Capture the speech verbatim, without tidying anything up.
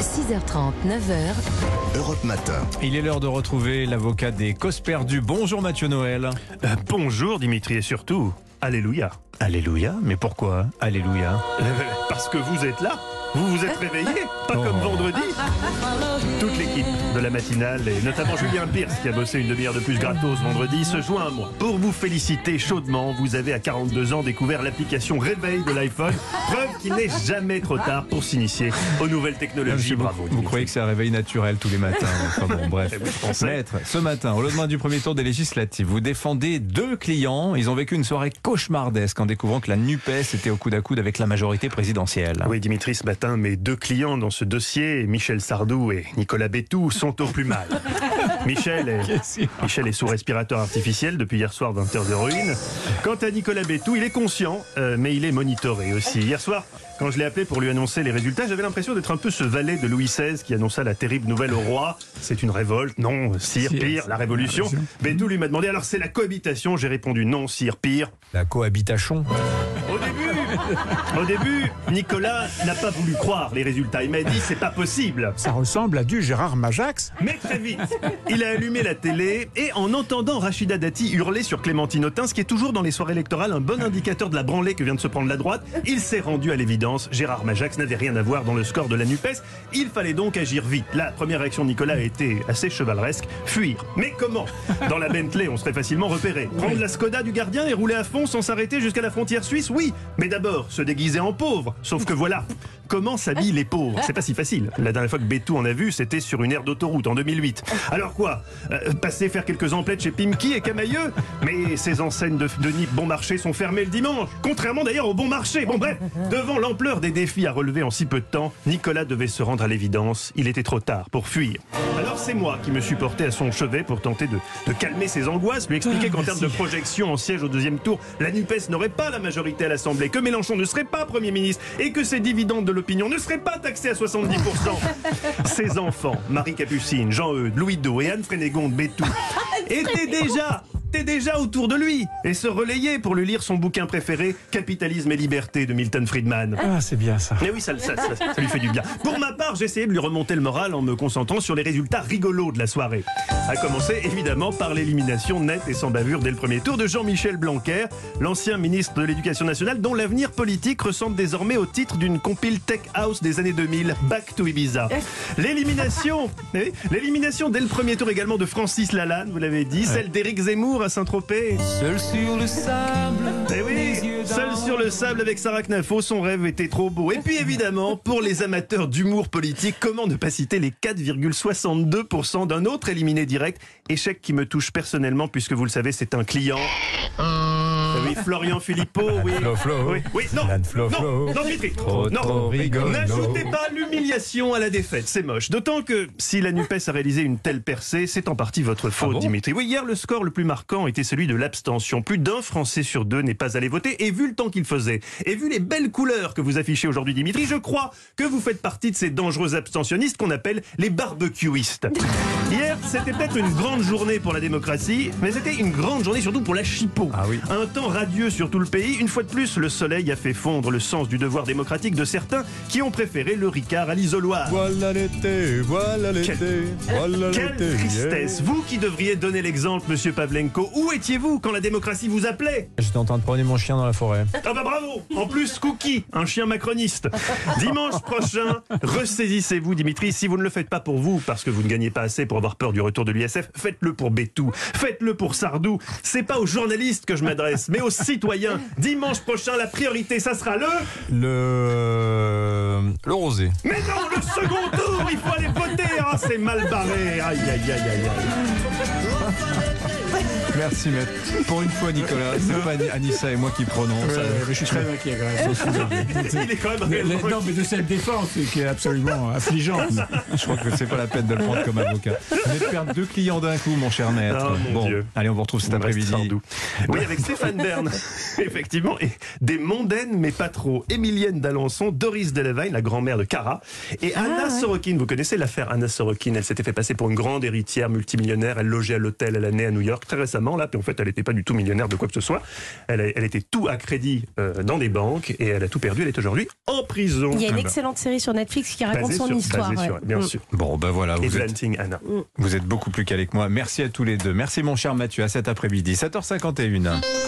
six heures trente, neuf heures. Europe Matin. Il est l'heure de retrouver l'avocat des causes perdues. Bonjour Mathieu Noël. Euh, bonjour Dimitri et surtout, Alléluia. Alléluia, mais pourquoi Alléluia? Euh, parce que vous êtes là. Vous vous êtes réveillés, pas Oh. comme vendredi. Toute l'équipe de la matinale, et notamment Julien Pierce, qui a bossé une demi-heure de plus gratos vendredi, se joint à moi. Pour vous féliciter chaudement, vous avez à quarante-deux ans découvert l'application Réveil de l'iPhone. Preuve qu'il n'est jamais trop tard pour s'initier aux nouvelles technologies. Vous, Bravo. vous Dimitri. croyez que c'est un réveil naturel tous les matins? Enfin bon, bref. Et vous pensez Maître, ce matin, au lendemain du premier tour des législatives, vous défendez deux clients. Ils ont vécu une soirée cauchemardesque en découvrant que la NUPES était au coude à coude avec la majorité présidentielle. Oui, Dimitri, ce matin, mes deux clients dans ce dossier, Michel Sardou et Nicolas Bétou, sont au plus mal. Michel est, Michel est sous respirateur artificiel depuis hier soir, vingt heures de ruine. Quant à Nicolas Bétou, il est conscient, euh, mais il est monitoré aussi. Hier soir, quand je l'ai appelé pour lui annoncer les résultats, j'avais l'impression d'être un peu ce valet de Louis seize qui annonça la terrible nouvelle au roi. C'est une révolte. Non, sire, pire, la révolution. Bétou lui m'a demandé, alors c'est la cohabitation? J'ai répondu non, sire, pire. La cohabitation. Au début, au début, Nicolas n'a pas voulu croire les résultats. Il m'a dit, c'est pas possible. Ça ressemble à du Gérard Majax. Mais très vite, il a allumé la télé et en entendant Rachida Dati hurler sur Clémentine Autain, ce qui est toujours dans les soirées électorales un bon indicateur de la branlée que vient de se prendre la droite, il s'est rendu à l'évidence. Gérard Majax n'avait rien à voir dans le score de la NUPES. Il fallait donc agir vite. La première réaction de Nicolas a été assez chevaleresque, fuir. Mais comment? Dans la Bentley, on serait facilement repéré. Prendre la Skoda du gardien et rouler à fond sans s'arrêter jusqu'à la frontière suisse? Oui. Mais d'abord, se déguiser en pauvre. Sauf que voilà, comment s'habillent les pauvres? C'est pas si facile. La dernière fois que Bétou en a vu, c'était sur une aire d'autoroute en deux mille huit. Alors quoi? euh, Passer faire quelques emplettes chez Pimki et Camailleux? Mais ces enseignes de, de Nip bon marché sont fermées le dimanche. Contrairement d'ailleurs au bon marché. Bon bref, devant l'ampleur des défis à relever en si peu de temps, Nicolas devait se rendre à l'évidence. Il était trop tard pour fuir. Alors c'est moi qui me suis porté à son chevet pour tenter de, de calmer ses angoisses, lui expliquer qu'en termes de projection en siège au deuxième tour, la NUPES n'aurait pas la majorité à l'Assemblée, que Mélenchon ne serait pas Premier ministre et que ses dividendes de l'opinion ne seraient pas taxés à soixante-dix pour cent. Ses enfants, Marie Capucine, Jean-Eudes, Louis deux et Anne Frénégonde Bétou, étaient déjà... T'es déjà autour de lui et se relayer pour lui lire son bouquin préféré, Capitalisme et liberté de Milton Friedman. Ah, c'est bien ça. Mais oui, ça, ça, ça, ça lui fait du bien. Pour ma part, j'ai essayé de lui remonter le moral en me concentrant sur les résultats rigolos de la soirée. À commencer évidemment par l'élimination nette et sans bavure dès le premier tour de Jean-Michel Blanquer, l'ancien ministre de l'Éducation nationale dont l'avenir politique ressemble désormais au titre d'une compile Tech House des années deux mille, Back to Ibiza. L'élimination, oui, l'élimination dès le premier tour également de Francis Lalanne, vous l'avez dit, celle d'Éric Zemmour à Saint-Tropez. Seul sur le sable. Eh oui, seul sur le sable avec Sarah Knafo, son rêve était trop beau. Et puis évidemment, pour les amateurs d'humour politique, comment ne pas citer les quatre virgule soixante-deux pour cent d'un autre éliminé direct, échec qui me touche personnellement puisque vous le savez, c'est un client. Eh oui, Florian Philippot, oui. Flo, Flo. Oui, oui, non, Lan Flo, non, Flo. non, Dimitri. Trop, non, trop rigolo. n'ajoutez pas l'humiliation à la défaite, c'est moche. D'autant que si la NUPES a réalisé une telle percée, c'est en partie votre faute, Ah bon Dimitri. Oui, hier, le score le plus marquant était celui de l'abstention. Plus d'un Français sur deux n'est pas allé voter, et vu le temps qu'il faisait, et vu les belles couleurs que vous affichez aujourd'hui, Dimitri, je crois que vous faites partie de ces dangereux abstentionnistes qu'on appelle les barbecuistes. Hier, c'était peut-être une grande journée pour la démocratie, mais c'était une grande journée surtout pour la chipot. Ah oui. Un temps radieux sur tout le pays. Une fois de plus, le soleil a fait fondre le sens du devoir démocratique de certains qui ont préféré le Ricard à l'isoloir. Voilà l'été, voilà l'été, voilà Quelle l'été. tristesse! Vous qui devriez donner l'exemple, monsieur Pavlenko, où étiez-vous quand la démocratie vous appelait? J'étais en train de promener mon chien dans la forêt. Ah bah bravo! En plus, Cookie, un chien macroniste. Dimanche prochain, ressaisissez-vous, Dimitri. Si vous ne le faites pas pour vous, parce que vous ne gagnez pas assez pour avoir peur du retour de l'U S F, faites-le pour Bétou, faites-le pour Sardou. C'est pas aux journalistes que je m'adresse, mais aux citoyens. Dimanche prochain, la priorité, ça sera le... Le... Le rosé. Mais non, le second tour, il faut aller voter. Ah, c'est mal barré. Aïe, aïe, aïe, aïe, aïe. Merci maître. Pour une fois Nicolas, c'est pas Anissa et moi qui prononce. Ouais, ouais, je suis très inquiet quand même. Il est quand même Mais, réellement... non, mais de cette défense qui est absolument affligeante. Je crois que c'est pas la peine de le prendre comme avocat. Vous venez de perdre deux clients d'un coup, mon cher maître. Oh, mon bon, Dieu. allez, on vous retrouve cet Il me reste après-midi. Sardou. Oui, avec Stéphane Bern, effectivement, et des mondaines, mais pas trop. Émilienne d'Alençon, Doris Delevingne, la grand-mère de Cara, et Anna Sorokin. Vous connaissez l'affaire Anna Sorokin? Elle s'était fait passer pour une grande héritière multimillionnaire. Elle logeait à l'hôtel, elle est née à New York très récemment. maman là, puis en fait elle n'était pas du tout millionnaire de quoi que ce soit. Elle, a- elle était tout à crédit euh, dans des banques et elle a tout perdu. Elle est aujourd'hui en prison. Il y a une Ah bah. excellente série sur Netflix qui raconte Basée son sur- histoire. basée sur- ouais. bien Mm. sûr. Bon, ben voilà, Et vous êtes, Blanting Anna. vous êtes beaucoup plus calé que moi. Merci à tous les deux. Merci mon cher Mathieu, à cet après-midi, sept heures cinquante et une.